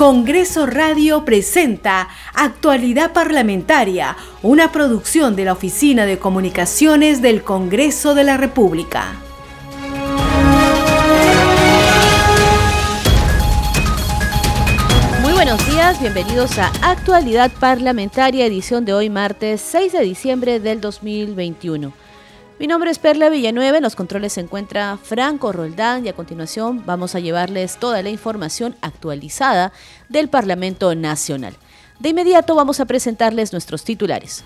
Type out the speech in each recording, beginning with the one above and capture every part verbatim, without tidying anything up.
Congreso Radio presenta Actualidad Parlamentaria, una producción de la Oficina de Comunicaciones del Congreso de la República. Muy buenos días, bienvenidos a Actualidad Parlamentaria, edición de hoy martes seis de diciembre del dos mil veintiuno. Mi nombre es Perla Villanueva, en los controles se encuentra Franco Roldán y a continuación vamos a llevarles toda la información actualizada del Parlamento Nacional. De inmediato vamos a presentarles nuestros titulares.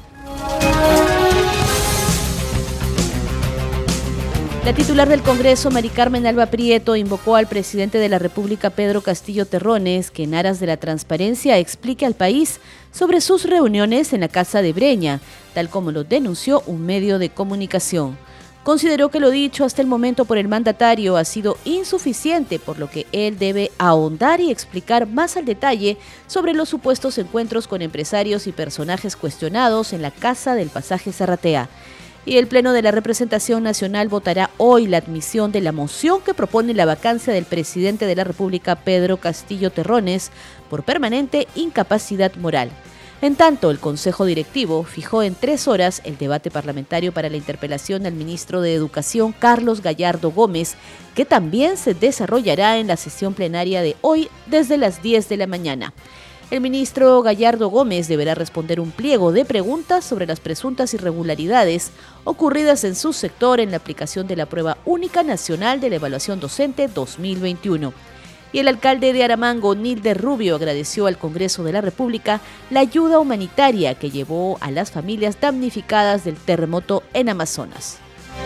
La titular del Congreso, Mari Carmen Alba Prieto, invocó al presidente de la República, Pedro Castillo Terrones, que en aras de la transparencia explique al país sobre sus reuniones en la Casa de Breña, tal como lo denunció un medio de comunicación. Consideró que lo dicho hasta el momento por el mandatario ha sido insuficiente, por lo que él debe ahondar y explicar más al detalle sobre los supuestos encuentros con empresarios y personajes cuestionados en la Casa del Pasaje Zarratea. Y el Pleno de la Representación Nacional votará hoy la admisión de la moción que propone la vacancia del presidente de la República, Pedro Castillo Terrones, por permanente incapacidad moral. En tanto, el Consejo Directivo fijó en tres horas el debate parlamentario para la interpelación al ministro de Educación, Carlos Gallardo Gómez, que también se desarrollará en la sesión plenaria de hoy desde las diez de la mañana. El ministro Gallardo Gómez deberá responder un pliego de preguntas sobre las presuntas irregularidades ocurridas en su sector en la aplicación de la Prueba Única Nacional de la Evaluación Docente dos mil veintiuno. Y el alcalde de Aramango, Nilder Rubio, agradeció al Congreso de la República la ayuda humanitaria que llevó a las familias damnificadas del terremoto en Amazonas.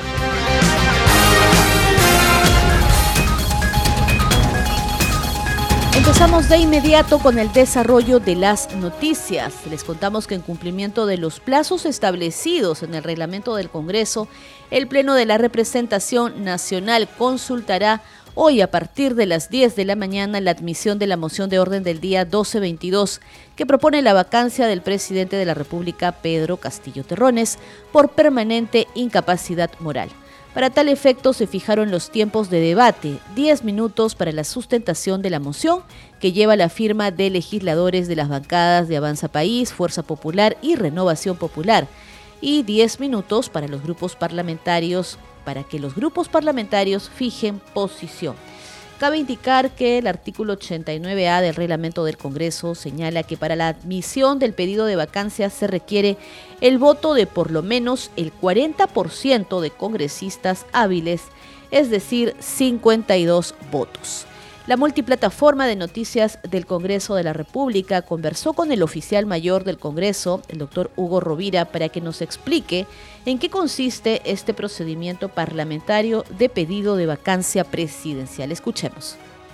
Empezamos de inmediato con el desarrollo de las noticias. Les contamos que en cumplimiento de los plazos establecidos en el reglamento del Congreso, el Pleno de la Representación Nacional consultará hoy a partir de las diez de la mañana la admisión de la moción de orden del día doce veintidós que propone la vacancia del presidente de la República, Pedro Castillo Terrones, por permanente incapacidad moral. Para tal efecto se fijaron los tiempos de debate, diez minutos para la sustentación de la moción, que lleva la firma de legisladores de las bancadas de Avanza País, Fuerza Popular y Renovación Popular, y diez minutos para los grupos parlamentarios, para que los grupos parlamentarios fijen posición. Cabe indicar que el artículo ochenta y nueve A del reglamento del Congreso señala que para la admisión del pedido de vacancia se requiere el voto de por lo menos el cuarenta por ciento de congresistas hábiles, es decir, cincuenta y dos votos. La multiplataforma de noticias del Congreso de la República conversó con el oficial mayor del Congreso, el doctor Hugo Rovira, para que nos explique en qué consiste este procedimiento parlamentario de pedido de vacancia presidencial. Escuchemos.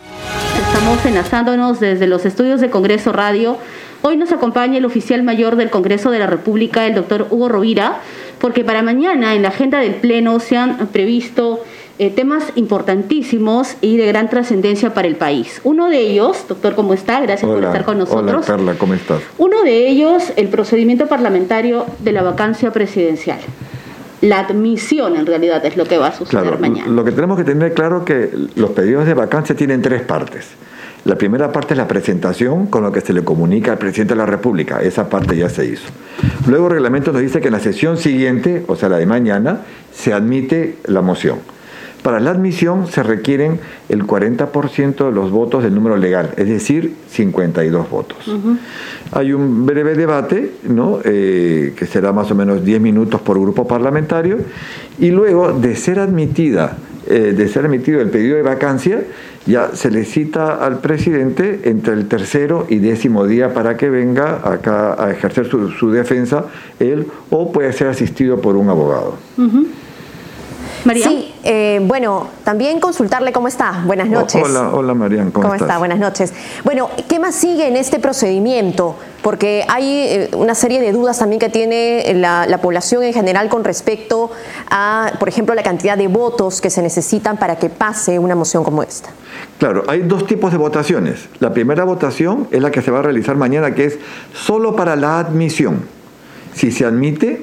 Estamos enlazándonos desde los estudios de Congreso Radio. Hoy nos acompaña el oficial mayor del Congreso de la República, el doctor Hugo Rovira, porque para mañana en la agenda del Pleno se han previsto Eh, temas importantísimos y de gran trascendencia para el país. Uno de ellos, doctor, ¿cómo está? Gracias hola, por estar con nosotros. Hola, Carla, ¿cómo estás? Uno de ellos, el procedimiento parlamentario de la vacancia presidencial. La admisión, en realidad, es lo que va a suceder claro, mañana. Lo que tenemos que tener claro es que los pedidos de vacancia tienen tres partes. La primera parte es la presentación, con lo que se le comunica al presidente de la República. Esa parte ya se hizo. Luego el reglamento nos dice que en la sesión siguiente, o sea, la de mañana, se admite la moción. Para la admisión se requieren el cuarenta por ciento de los votos del número legal, es decir, cincuenta y dos votos. Uh-huh. Hay un breve debate, ¿no? eh, que será más o menos diez minutos por grupo parlamentario, y luego de ser admitida, eh, de ser admitido el pedido de vacancia, ya se le cita al presidente entre el tercero y décimo día para que venga acá a ejercer su, su defensa él, o puede ser asistido por un abogado. Uh-huh. María. Sí, eh, bueno, también consultarle cómo está. Buenas noches. Hola, hola Marian, ¿cómo, ¿Cómo estás? está? Buenas noches. Bueno, ¿qué más sigue en este procedimiento? Porque hay eh, una serie de dudas también que tiene la, la población en general con respecto a, por ejemplo, la cantidad de votos que se necesitan para que pase una moción como esta. Claro, hay dos tipos de votaciones. La primera votación es la que se va a realizar mañana, que es solo para la admisión. Si se admite,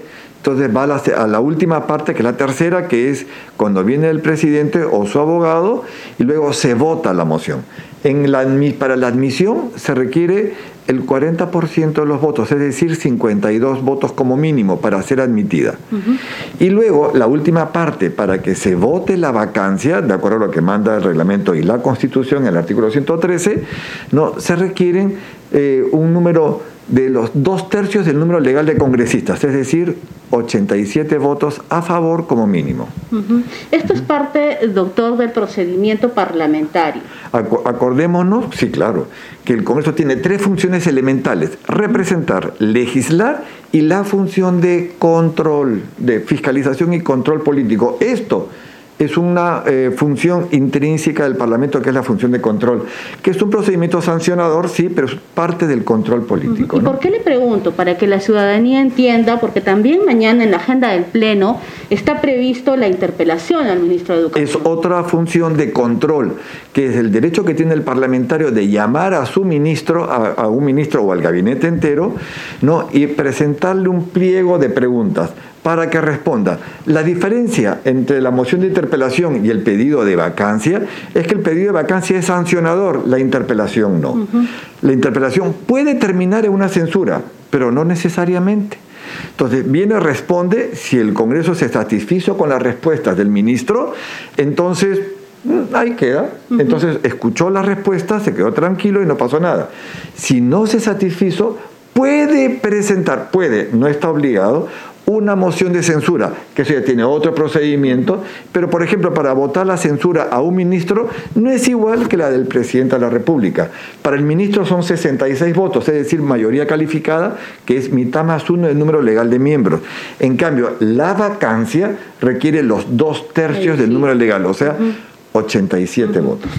Entonces va a la, a la última parte, que es la tercera, que es cuando viene el presidente o su abogado y luego se vota la moción. En la, para la admisión se requiere el cuarenta por ciento de los votos, es decir, cincuenta y dos votos como mínimo para ser admitida. Uh-huh. Y luego la última parte, para que se vote la vacancia, de acuerdo a lo que manda el reglamento y la Constitución, el artículo ciento trece, no, se requieren eh, un número de los dos tercios del número legal de congresistas, es decir, ochenta y siete votos a favor como mínimo. Uh-huh. Esto es parte, doctor, del procedimiento parlamentario. Ac- acordémonos, sí, claro, que el Congreso tiene tres funciones elementales: representar, legislar y la función de control, de fiscalización y control político. Esto es una eh, función intrínseca del Parlamento, que es la función de control, que es un procedimiento sancionador, sí, pero es parte del control político. ¿Y ¿no? por qué le pregunto? Para que la ciudadanía entienda, porque también mañana en la agenda del Pleno está previsto la interpelación al ministro de Educación. Es otra función de control, que es el derecho que tiene el parlamentario de llamar a su ministro, a, a un ministro o al gabinete entero, ¿no? Y presentarle un pliego de preguntas para que responda. La diferencia entre la moción de interpelación y el pedido de vacancia es que el pedido de vacancia es sancionador, la interpelación no. Uh-huh. La interpelación puede terminar en una censura, pero no necesariamente. Entonces, viene, responde, si el Congreso se satisfizo con las respuestas del ministro, entonces ahí queda. Uh-huh. Entonces, escuchó la respuesta, se quedó tranquilo y no pasó nada. Si no se satisfizo, puede presentar, puede, no está obligado, una moción de censura, que eso ya tiene otro procedimiento, pero por ejemplo para votar la censura a un ministro no es igual que la del presidente de la República. Para el ministro son sesenta y seis votos, es decir, mayoría calificada, que es mitad más uno del número legal de miembros. En cambio, la vacancia requiere los dos tercios del número legal, o sea, ochenta y siete uh-huh. votos.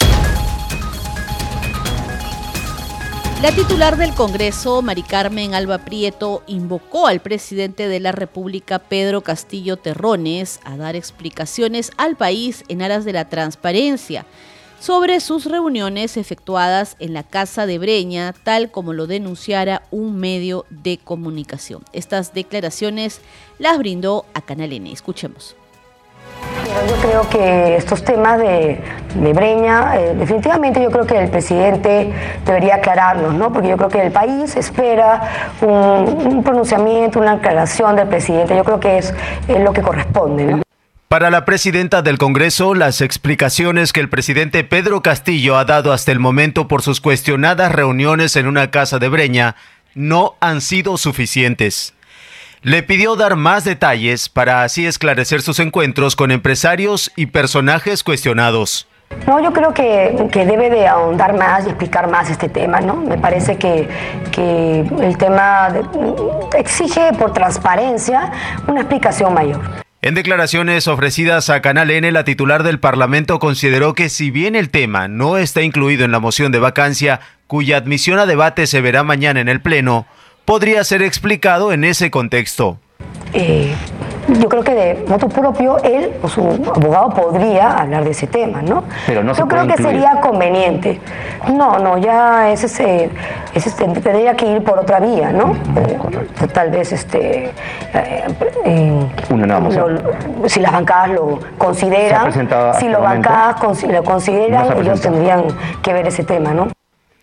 La titular del Congreso, Mari Carmen Alba Prieto, invocó al presidente de la República, Pedro Castillo Terrones, a dar explicaciones al país en aras de la transparencia sobre sus reuniones efectuadas en la Casa de Breña, tal como lo denunciara un medio de comunicación. Estas declaraciones las brindó a Canal N. Escuchemos. Yo creo que estos temas de, de Breña, eh, definitivamente yo creo que el presidente debería aclararlos, ¿no? Porque yo creo que el país espera un, un pronunciamiento, una aclaración del presidente. Yo creo que es, es lo que corresponde, ¿no? Para la presidenta del Congreso, las explicaciones que el presidente Pedro Castillo ha dado hasta el momento por sus cuestionadas reuniones en una casa de Breña no han sido suficientes. Le pidió dar más detalles para así esclarecer sus encuentros con empresarios y personajes cuestionados. No, yo creo que, que debe de ahondar más y explicar más este tema, ¿no? Me parece que, que el tema de, exige por transparencia una explicación mayor. En declaraciones ofrecidas a Canal N, la titular del Parlamento consideró que si bien el tema no está incluido en la moción de vacancia, cuya admisión a debate se verá mañana en el Pleno, podría ser explicado en ese contexto. Eh, yo creo que de motu propio él o su abogado podría hablar de ese tema, ¿no? Pero no se Yo creo que incluir. Sería conveniente. No, no, ya ese, ese, ese tendría que ir por otra vía, ¿no? Eh, tal vez este eh, eh, Una nueva moción. Lo, si las bancadas lo consideran, si las bancadas cons lo consideran, no ellos tendrían que ver ese tema, ¿no?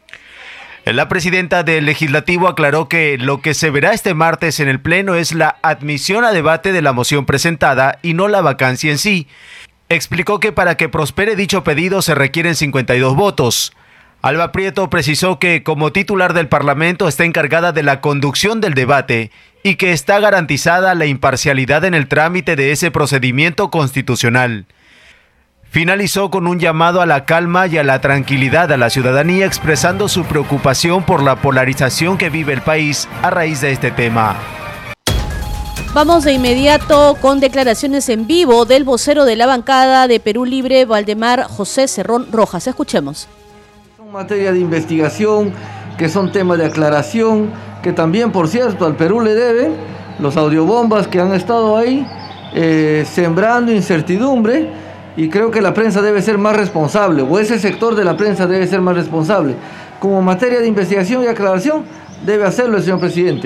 La presidenta del Legislativo aclaró que lo que se verá este martes en el Pleno es la admisión a debate de la moción presentada y no la vacancia en sí. Explicó que para que prospere dicho pedido se requieren cincuenta y dos votos. Alba Prieto precisó que como titular del Parlamento está encargada de la conducción del debate y que está garantizada la imparcialidad en el trámite de ese procedimiento constitucional. Finalizó con un llamado a la calma y a la tranquilidad a la ciudadanía, expresando su preocupación por la polarización que vive el país a raíz de este tema. Vamos de inmediato con declaraciones en vivo del vocero de la bancada de Perú Libre, Valdemar José Cerrón Rojas. Escuchemos. Son materia de investigación, que son temas de aclaración, que también, por cierto, al Perú le deben los audiobombas que han estado ahí eh, sembrando incertidumbre. Y creo que la prensa debe ser más responsable, o ese sector de la prensa debe ser más responsable. Como materia de investigación y aclaración, debe hacerlo el señor presidente.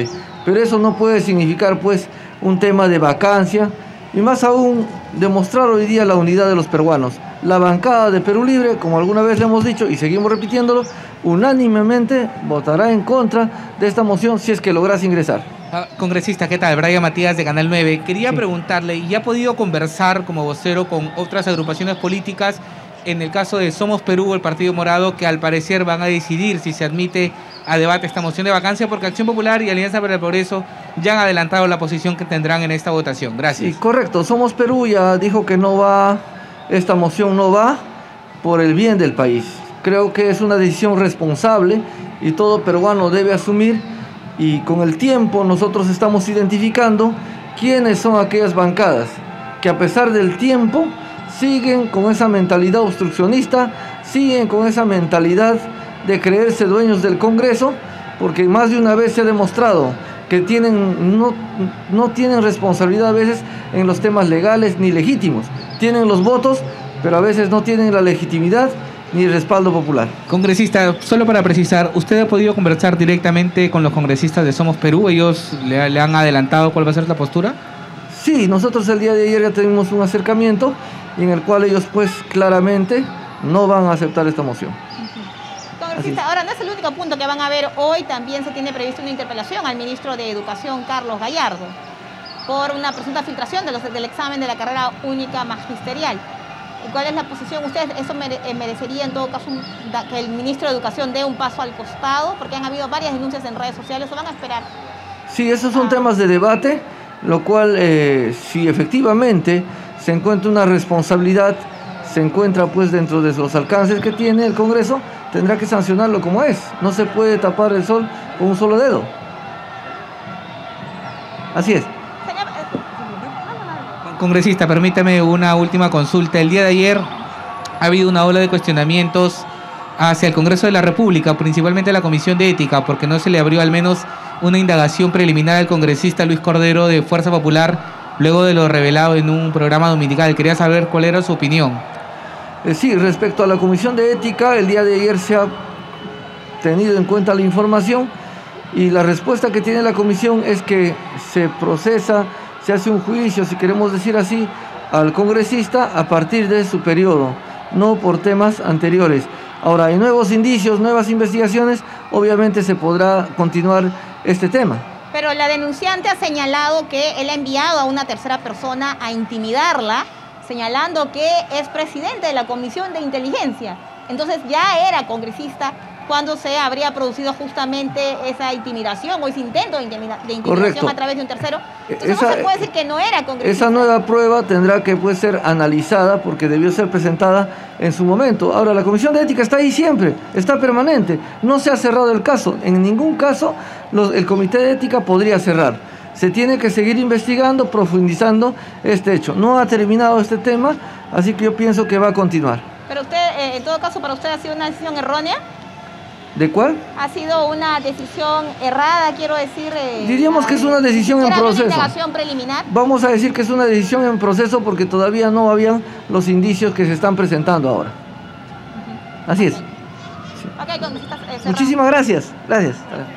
pero eso no puede significar pues un tema de vacancia, y más aún demostrar hoy día la unidad de los peruanos. La bancada de Perú Libre, como alguna vez le hemos dicho y seguimos repitiéndolo, unánimemente votará en contra de esta moción si es que lograse ingresar. Ah, congresista, ¿qué tal? Brian Matías de Canal nueve. Quería sí. preguntarle, ¿y ha podido conversar como vocero con otras agrupaciones políticas? En el caso de Somos Perú, el Partido Morado, que al parecer van a decidir si se admite a debate esta moción de vacancia, porque Acción Popular y Alianza para el Progreso ya han adelantado la posición que tendrán en esta votación. Gracias. Sí, correcto. Somos Perú ya dijo que no va, esta moción no va por el bien del país. Creo que es una decisión responsable y todo peruano debe asumir, y con el tiempo nosotros estamos identificando quiénes son aquellas bancadas que a pesar del tiempo siguen con esa mentalidad obstruccionista, siguen con esa mentalidad de creerse dueños del Congreso, porque más de una vez se ha demostrado que tienen, no, no tienen responsabilidad a veces en los temas legales ni legítimos. Tienen los votos, pero a veces no tienen la legitimidad ni el respaldo popular. Congresista, solo para precisar, ¿usted ha podido conversar directamente con los congresistas de Somos Perú? ¿Ellos le, le han adelantado cuál va a ser la postura? Sí, nosotros el día de ayer ya tuvimos un acercamiento en el cual ellos pues claramente no van a aceptar esta moción. Congresista, ahora no es el único punto que van a ver hoy, también se tiene previsto una interpelación al ministro de Educación, Carlos Gallardo, por una presunta filtración de los, del examen de la carrera única magisterial. ¿Cuál es la posición? ¿Ustedes eso mere, merecería en todo caso un, da, que el ministro de Educación dé un paso al costado? Porque han habido varias denuncias en redes sociales, ¿o van a esperar? Sí, esos son ah. temas de debate, lo cual eh, si efectivamente se encuentra una responsabilidad, se encuentra pues dentro de los alcances que tiene el Congreso, tendrá que sancionarlo como es. No se puede tapar el sol con un solo dedo. Así es. Congresista, permítame una última consulta. El día de ayer ha habido una ola de cuestionamientos hacia el Congreso de la República, principalmente a la Comisión de Ética, porque no se le abrió al menos una indagación preliminar al congresista Luis Cordero de Fuerza Popular, luego de lo revelado en un programa dominical. Quería saber cuál era su opinión. Eh, sí, respecto a la Comisión de Ética, el día de ayer se ha tenido en cuenta la información y la respuesta que tiene la Comisión es que se procesa, se hace un juicio, si queremos decir así, al congresista a partir de su periodo, no por temas anteriores. Ahora, hay nuevos indicios, nuevas investigaciones, obviamente se podrá continuar este tema. Pero la denunciante ha señalado que él ha enviado a una tercera persona a intimidarla, señalando que es presidente de la Comisión de Inteligencia. Entonces ya era congresista cuando se habría producido justamente esa intimidación o ese intento de, intimida de intimidación Correcto. A través de un tercero. Entonces esa, no se puede decir que no era congresista. Esa nueva prueba tendrá que pues, ser analizada porque debió ser presentada en su momento. Ahora, la Comisión de Ética está ahí siempre, está permanente. No se ha cerrado el caso. En ningún caso los, el Comité de Ética podría cerrar. Se tiene que seguir investigando, profundizando este hecho. No ha terminado este tema, así que yo pienso que va a continuar. Pero usted, eh, en todo caso, ¿para usted ha sido una decisión errónea? ¿De cuál? Ha sido una decisión errada, quiero decir... Eh, Diríamos que es una decisión en proceso. ¿Una indagación preliminar? Vamos a decir que es una decisión en proceso porque todavía no habían los indicios que se están presentando ahora. Uh-huh. Así okay. es. Sí. Okay, con, estás, eh, Muchísimas gracias. Gracias.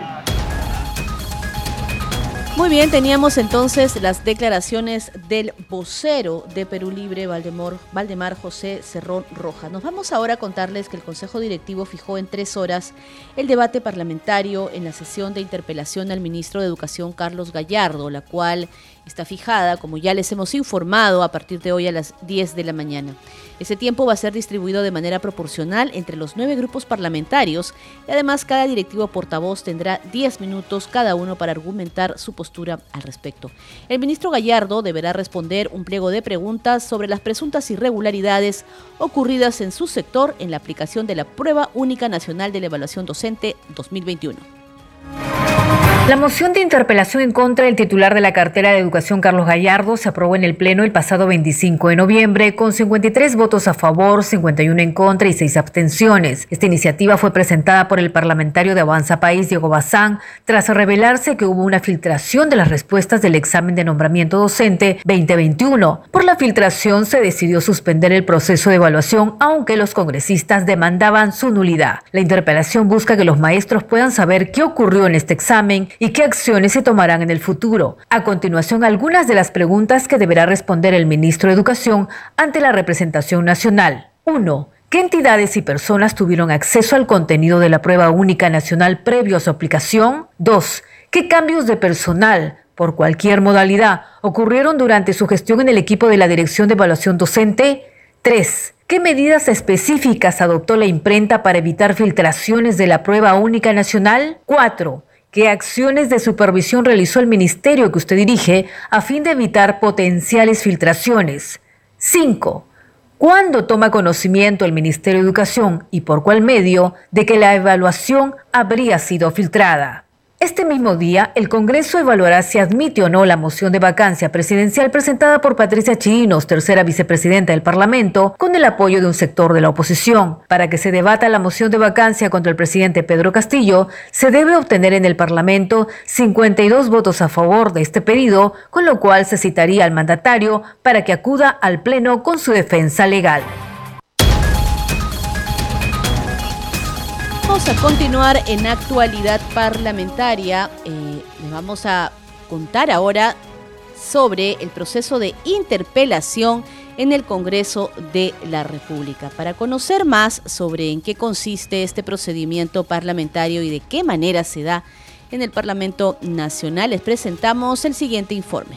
Muy bien, teníamos entonces las declaraciones del vocero de Perú Libre, Valdemar, Valdemar José Cerrón Rojas. Nos vamos ahora a contarles que el Consejo Directivo fijó en tres horas el debate parlamentario en la sesión de interpelación al ministro de Educación, Carlos Gallardo, la cual está fijada, como ya les hemos informado, a partir de hoy a las diez de la mañana. Ese tiempo va a ser distribuido de manera proporcional entre los nueve grupos parlamentarios y además cada directivo portavoz tendrá diez minutos cada uno para argumentar su postura al respecto. El ministro Gallardo deberá responder un pliego de preguntas sobre las presuntas irregularidades ocurridas en su sector en la aplicación de la Prueba Única Nacional de la Evaluación Docente dos mil veintiuno. La moción de interpelación en contra del titular de la cartera de Educación, Carlos Gallardo, se aprobó en el Pleno el pasado veinticinco de noviembre con cincuenta y tres votos a favor, cincuenta y uno en contra y seis abstenciones. Esta iniciativa fue presentada por el parlamentario de Avanza País, Diego Bazán, tras revelarse que hubo una filtración de las respuestas del examen de nombramiento docente veinte veintiuno. Por la filtración se decidió suspender el proceso de evaluación, aunque los congresistas demandaban su nulidad. La interpelación busca que los maestros puedan saber qué ocurrió en este examen y qué acciones se tomarán en el futuro. A continuación, algunas de las preguntas que deberá responder el ministro de Educación ante la representación nacional. uno. ¿Qué entidades y personas tuvieron acceso al contenido de la prueba única nacional previo a su aplicación? dos. ¿Qué cambios de personal, por cualquier modalidad, ocurrieron durante su gestión en el equipo de la Dirección de Evaluación Docente? tres. ¿Qué medidas específicas adoptó la imprenta para evitar filtraciones de la prueba única nacional? cuatro. ¿Qué acciones de supervisión realizó el ministerio que usted dirige a fin de evitar potenciales filtraciones? cinco. ¿Cuándo toma conocimiento el Ministerio de Educación y por cuál medio de que la evaluación habría sido filtrada? Este mismo día, el Congreso evaluará si admite o no la moción de vacancia presidencial presentada por Patricia Chirinos, tercera vicepresidenta del Parlamento, con el apoyo de un sector de la oposición. Para que se debata la moción de vacancia contra el presidente Pedro Castillo, se debe obtener en el Parlamento cincuenta y dos votos a favor de este pedido, con lo cual se citaría al mandatario para que acuda al Pleno con su defensa legal. Vamos a continuar en actualidad parlamentaria. Eh, les vamos a contar ahora sobre el proceso de interpelación en el Congreso de la República. Para conocer más sobre en qué consiste este procedimiento parlamentario y de qué manera se da en el Parlamento Nacional, les presentamos el siguiente informe.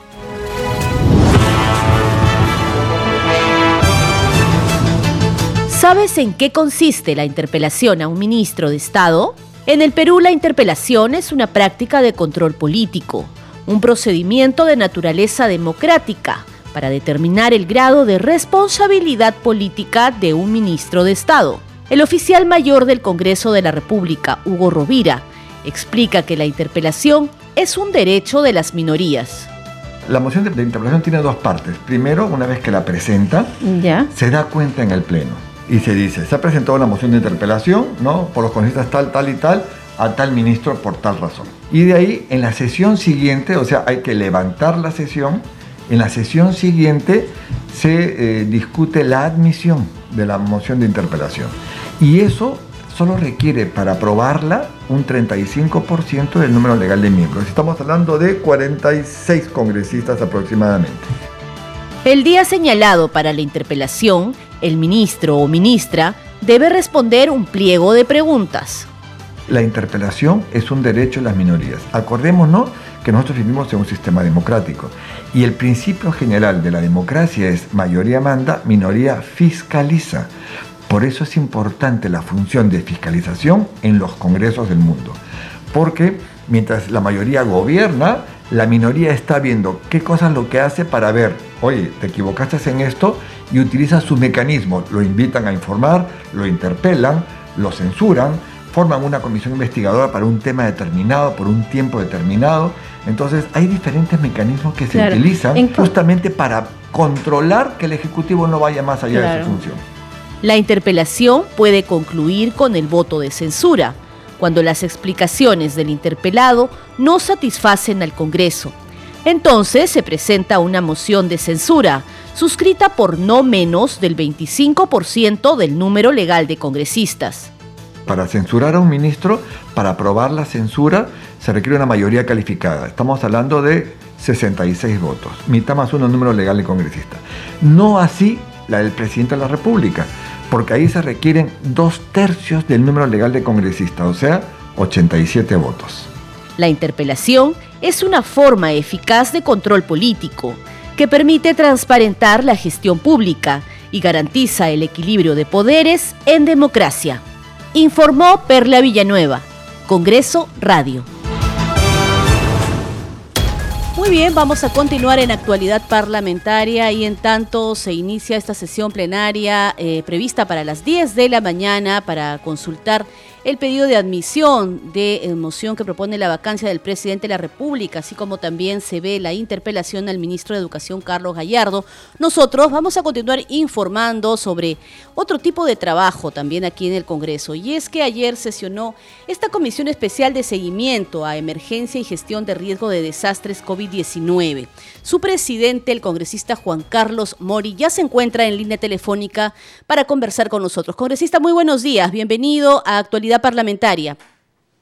¿Sabes en qué consiste la interpelación a un ministro de Estado? En el Perú, la interpelación es una práctica de control político, un procedimiento de naturaleza democrática para determinar el grado de responsabilidad política de un ministro de Estado. El oficial mayor del Congreso de la República, Hugo Rovira, explica que la interpelación es un derecho de las minorías. La moción de, de interpelación tiene dos partes. Primero, una vez que la presenta, ¿ya?, se da cuenta en el Pleno. Y se dice, se ha presentado una moción de interpelación, ¿no?, por los congresistas tal, tal y tal, a tal ministro por tal razón. Y de ahí, en la sesión siguiente, o sea, hay que levantar la sesión, en la sesión siguiente se eh, discute la admisión de la moción de interpelación. Y eso solo requiere para aprobarla un treinta y cinco por ciento del número legal de miembros. Estamos hablando de cuarenta y seis congresistas aproximadamente. El día señalado para la interpelación, el ministro o ministra debe responder un pliego de preguntas. La interpelación es un derecho de las minorías. Acordémonos que nosotros vivimos en un sistema democrático y el principio general de la democracia es mayoría manda, minoría fiscaliza. Por eso es importante la función de fiscalización en los congresos del mundo, porque mientras la mayoría gobierna, la minoría está viendo qué cosas lo que hace para ver, oye, te equivocaste en esto, y utiliza sus mecanismos, lo invitan a informar, lo interpelan, lo censuran, forman una comisión investigadora para un tema determinado, por un tiempo determinado. Entonces hay diferentes mecanismos que se claro. utilizan en... justamente para controlar que el Ejecutivo no vaya más allá claro. de su función. La interpelación puede concluir con el voto de censura, cuando las explicaciones del interpelado no satisfacen al Congreso. Entonces se presenta una moción de censura, suscrita por no menos del veinticinco por ciento del número legal de congresistas. Para censurar a un ministro, para aprobar la censura, se requiere una mayoría calificada. Estamos hablando de sesenta y seis votos, mitad más uno número legal de congresistas. No así la del presidente de la República, porque ahí se requieren dos tercios del número legal de congresistas, o sea, ochenta y siete votos. La interpelación es una forma eficaz de control político que permite transparentar la gestión pública y garantiza el equilibrio de poderes en democracia. Informó Perla Villanueva, Congreso Radio. Muy bien, vamos a continuar en actualidad parlamentaria y en tanto se inicia esta sesión plenaria eh, prevista para las diez de la mañana para consultar el pedido de admisión de moción que propone la vacancia del presidente de la República, así como también se ve la interpelación al ministro de Educación, Carlos Gallardo. Nosotros vamos a continuar informando sobre otro tipo de trabajo también aquí en el Congreso, y es que ayer sesionó esta Comisión Especial de Seguimiento a Emergencia y Gestión de Riesgo de Desastres COVID diecinueve. Su presidente, el congresista Juan Carlos Mori, ya se encuentra en línea telefónica para conversar con nosotros. Congresista, muy buenos días, bienvenido a Actualidad Parlamentaria.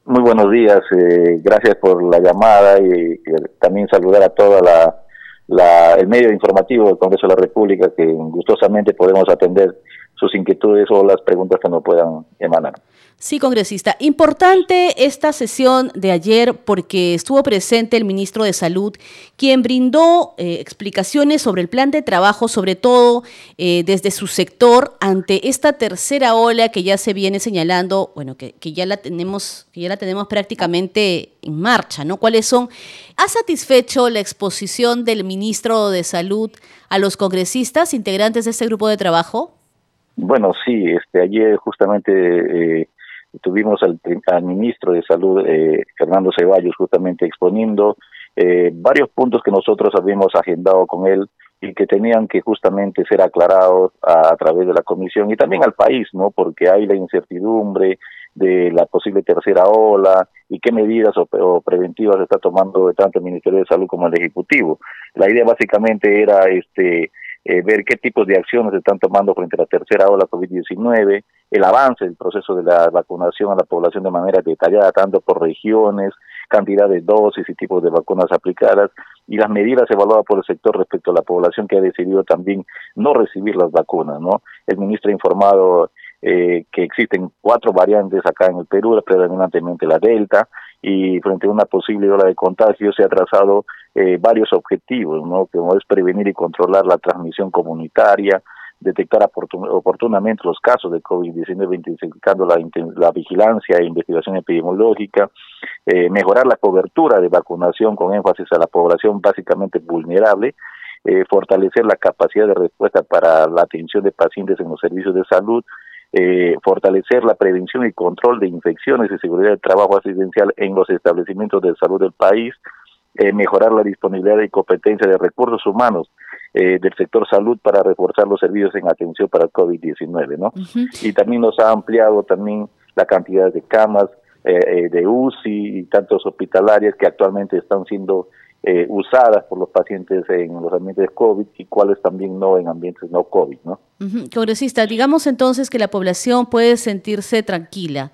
Muy buenos días, eh, gracias por la llamada y, y también saludar a toda la, la el medio informativo del Congreso de la República, que gustosamente podemos atender sus inquietudes o las preguntas que nos puedan emanar. Sí, congresista. Importante esta sesión de ayer porque estuvo presente el ministro de Salud, quien brindó eh, explicaciones sobre el plan de trabajo, sobre todo eh, desde su sector, ante esta tercera ola que ya se viene señalando, bueno, que, que ya la tenemos, que ya la tenemos prácticamente en marcha, ¿no? ¿Cuáles son? ¿Ha satisfecho la exposición del ministro de Salud a los congresistas integrantes de este grupo de trabajo? Bueno, sí, este, ayer justamente eh, tuvimos al, al ministro de Salud, eh, Fernando Ceballos, justamente exponiendo eh, varios puntos que nosotros habíamos agendado con él y que tenían que justamente ser aclarados a, a través de la comisión y también al país, ¿no? Porque hay la incertidumbre de la posible tercera ola y qué medidas o, o preventivas está tomando tanto el Ministerio de Salud como el Ejecutivo. La idea básicamente era este Eh, ver qué tipos de acciones se están tomando frente a la tercera ola COVID diecinueve, el avance del proceso de la vacunación a la población de manera detallada, tanto por regiones, cantidad de dosis y tipos de vacunas aplicadas, y las medidas evaluadas por el sector respecto a la población que ha decidido también no recibir las vacunas, ¿no? El ministro ha informado eh, que existen cuatro variantes acá en el Perú, predominantemente la Delta, y frente a una posible ola de contagio se ha trazado eh, varios objetivos, ¿no? Como es prevenir y controlar la transmisión comunitaria, detectar oportun oportunamente los casos de COVID diecinueve, intensificando la, la vigilancia e investigación epidemiológica, eh, mejorar la cobertura de vacunación con énfasis a la población básicamente vulnerable, eh, fortalecer la capacidad de respuesta para la atención de pacientes en los servicios de salud, Eh, fortalecer la prevención y control de infecciones y seguridad del trabajo asistencial en los establecimientos de salud del país, eh, mejorar la disponibilidad y competencia de recursos humanos eh, del sector salud para reforzar los servicios en atención para el COVID diecinueve, ¿no? Uh-huh. Y también nos ha ampliado también la cantidad de camas eh, de U C I y tantos hospitalarias que actualmente están siendo Eh, usadas por los pacientes en los ambientes COVID y cuáles también no en ambientes no COVID, ¿no? Uh-huh. Congresista, digamos entonces que la población puede sentirse tranquila,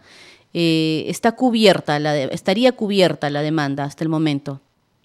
eh, está cubierta, la de, estaría cubierta la demanda hasta el momento.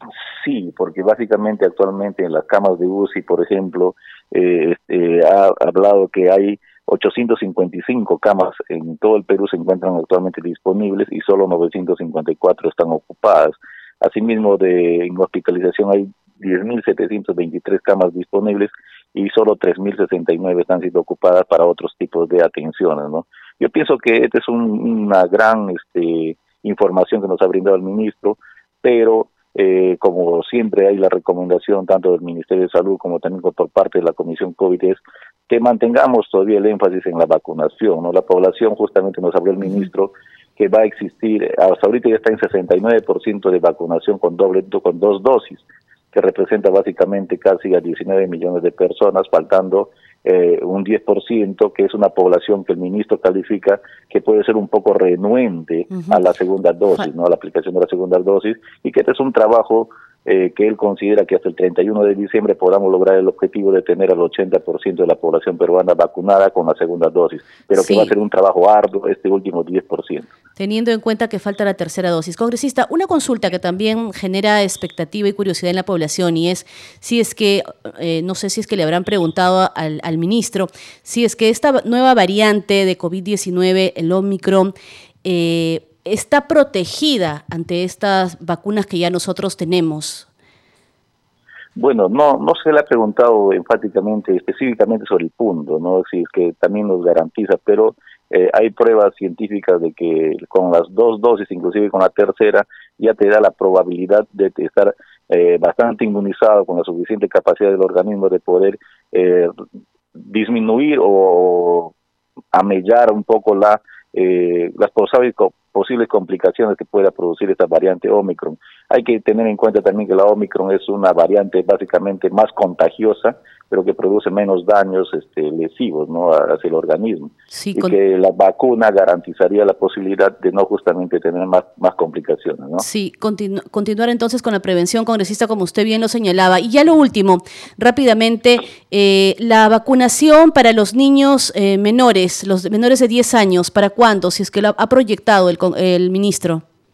Sí, porque básicamente actualmente en las camas de U C I, por ejemplo, eh, eh, ha hablado que hay ochocientas cincuenta y cinco camas en todo el Perú se encuentran actualmente disponibles y solo novecientas cincuenta y cuatro están ocupadas. Asimismo, de en hospitalización hay diez mil setecientas veintitrés camas disponibles y solo tres mil sesenta y nueve están siendo ocupadas para otros tipos de atenciones, ¿no? Yo pienso que esta es un, una gran este, información que nos ha brindado el ministro, pero eh, como siempre hay la recomendación tanto del Ministerio de Salud como también por parte de la Comisión COVID es que mantengamos todavía el énfasis en la vacunación, ¿no? La población, justamente nos habló el ministro, que va a existir, hasta ahorita ya está en sesenta y nueve por ciento de vacunación con doble con dos dosis, que representa básicamente casi a diecinueve millones de personas, faltando eh, un diez por ciento, que es una población que el ministro califica que puede ser un poco renuente uh-huh. a la segunda dosis, ¿no? A la aplicación de la segunda dosis, y que este es un trabajo eh, que él considera que hasta el treinta y uno de diciembre podamos lograr el objetivo de tener al ochenta por ciento de la población peruana vacunada con la segunda dosis, pero sí. que va a ser un trabajo arduo este último diez por ciento. Teniendo en cuenta que falta la tercera dosis. Congresista, una consulta que también genera expectativa y curiosidad en la población y es si es que, eh, no sé si es que le habrán preguntado al, al ministro, si es que esta nueva variante de COVID diecinueve, el Omicron, eh, está protegida ante estas vacunas que ya nosotros tenemos. Bueno, no no se le ha preguntado enfáticamente, específicamente sobre el punto, ¿no? Si es que también nos garantiza, pero eh, hay pruebas científicas de que con las dos dosis, inclusive con la tercera, ya te da la probabilidad de estar eh, bastante inmunizado con la suficiente capacidad del organismo de poder eh, disminuir o amellar un poco la eh, las posibles posibles complicaciones que pueda producir esta variante Omicron. Hay que tener en cuenta también que la Omicron es una variante básicamente más contagiosa, pero que produce menos daños este, lesivos, ¿no? hacia el organismo. Sí, y con... que la vacuna garantizaría la posibilidad de no justamente tener más, más complicaciones, ¿no? Sí, continu continuar entonces con la prevención, congresista, como usted bien lo señalaba. Y ya lo último, rápidamente, eh, la vacunación para los niños eh, menores, los menores de diez años, ¿para cuándo? Si es que lo ha proyectado el, el ministro.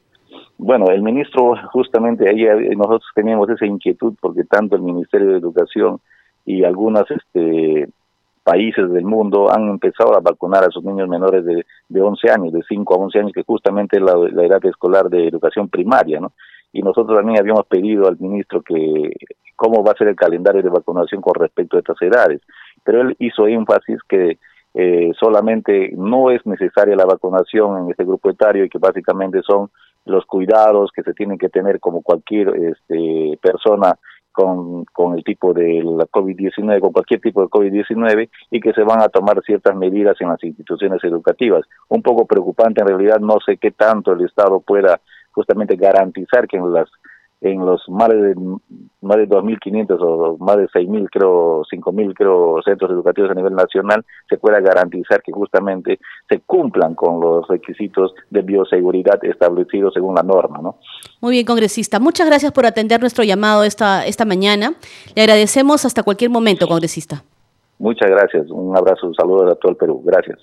Bueno, el ministro, justamente ahí nosotros teníamos esa inquietud porque tanto el Ministerio de Educación y algunos este, países del mundo han empezado a vacunar a sus niños menores de, de once años, de cinco a once años, que justamente es la, la edad escolar de educación primaria, ¿no? Y nosotros también habíamos pedido al ministro que cómo va a ser el calendario de vacunación con respecto a estas edades, pero él hizo énfasis que eh, solamente no es necesaria la vacunación en este grupo etario y que básicamente son los cuidados que se tienen que tener como cualquier este, persona con, con el tipo de la COVID diecinueve, con cualquier tipo de COVID diecinueve, y que se van a tomar ciertas medidas en las instituciones educativas. Un poco preocupante en realidad, no sé qué tanto el Estado pueda justamente garantizar que en las en los más de más de dos mil quinientos o más de seis mil, creo, cinco mil, creo, centros educativos a nivel nacional, se pueda garantizar que justamente se cumplan con los requisitos de bioseguridad establecidos según la norma, ¿no? Muy bien, congresista. Muchas gracias por atender nuestro llamado esta, esta mañana. Le agradecemos hasta cualquier momento, congresista. Muchas gracias. Un abrazo, un saludo a todo el Perú. Gracias.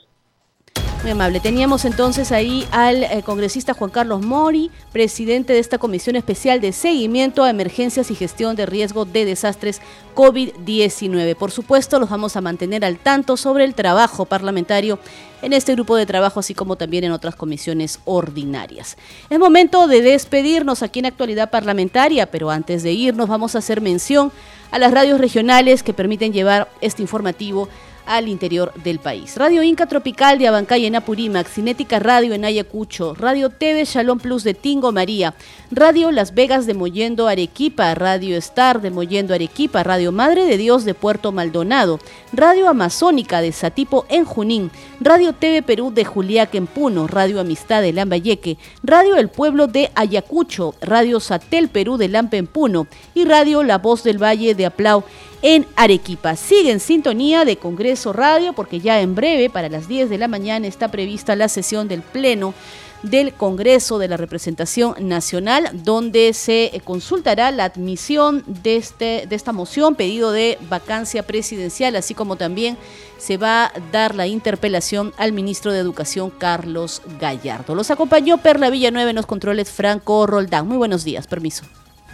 Muy amable. Teníamos entonces ahí al eh, congresista Juan Carlos Mori, presidente de esta Comisión Especial de Seguimiento a Emergencias y Gestión de Riesgo de Desastres COVID diecinueve. Por supuesto, los vamos a mantener al tanto sobre el trabajo parlamentario en este grupo de trabajo, así como también en otras comisiones ordinarias. Es momento de despedirnos aquí en Actualidad Parlamentaria, pero antes de irnos vamos a hacer mención a las radios regionales que permiten llevar este informativo al interior del país. Radio Inca Tropical de Abancay en Apurímac, Cinética Radio en Ayacucho, Radio T V Shalom Plus de Tingo María, Radio Las Vegas de Mollendo Arequipa, Radio Star de Mollendo Arequipa, Radio Madre de Dios de Puerto Maldonado, Radio Amazónica de Satipo en Junín, Radio T V Perú de Juliaca en Puno, Radio Amistad de Lambayeque, Radio El Pueblo de Ayacucho, Radio Satel Perú de Lampa en Puno y Radio La Voz del Valle de Aplau en Arequipa. Sigue en sintonía de Congreso Radio porque ya en breve, para las diez de la mañana, está prevista la sesión del Pleno del Congreso de la Representación Nacional, donde se consultará la admisión de, este, de esta moción, pedido de vacancia presidencial, así como también se va a dar la interpelación al ministro de Educación, Carlos Gallardo. Los acompañó Perla Villanueva en los controles, Franco Roldán. Muy buenos días, permiso.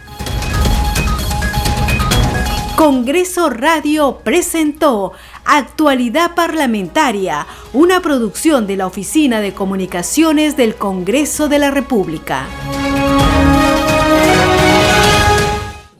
Congreso Radio presentó Actualidad Parlamentaria, una producción de la Oficina de Comunicaciones del Congreso de la República.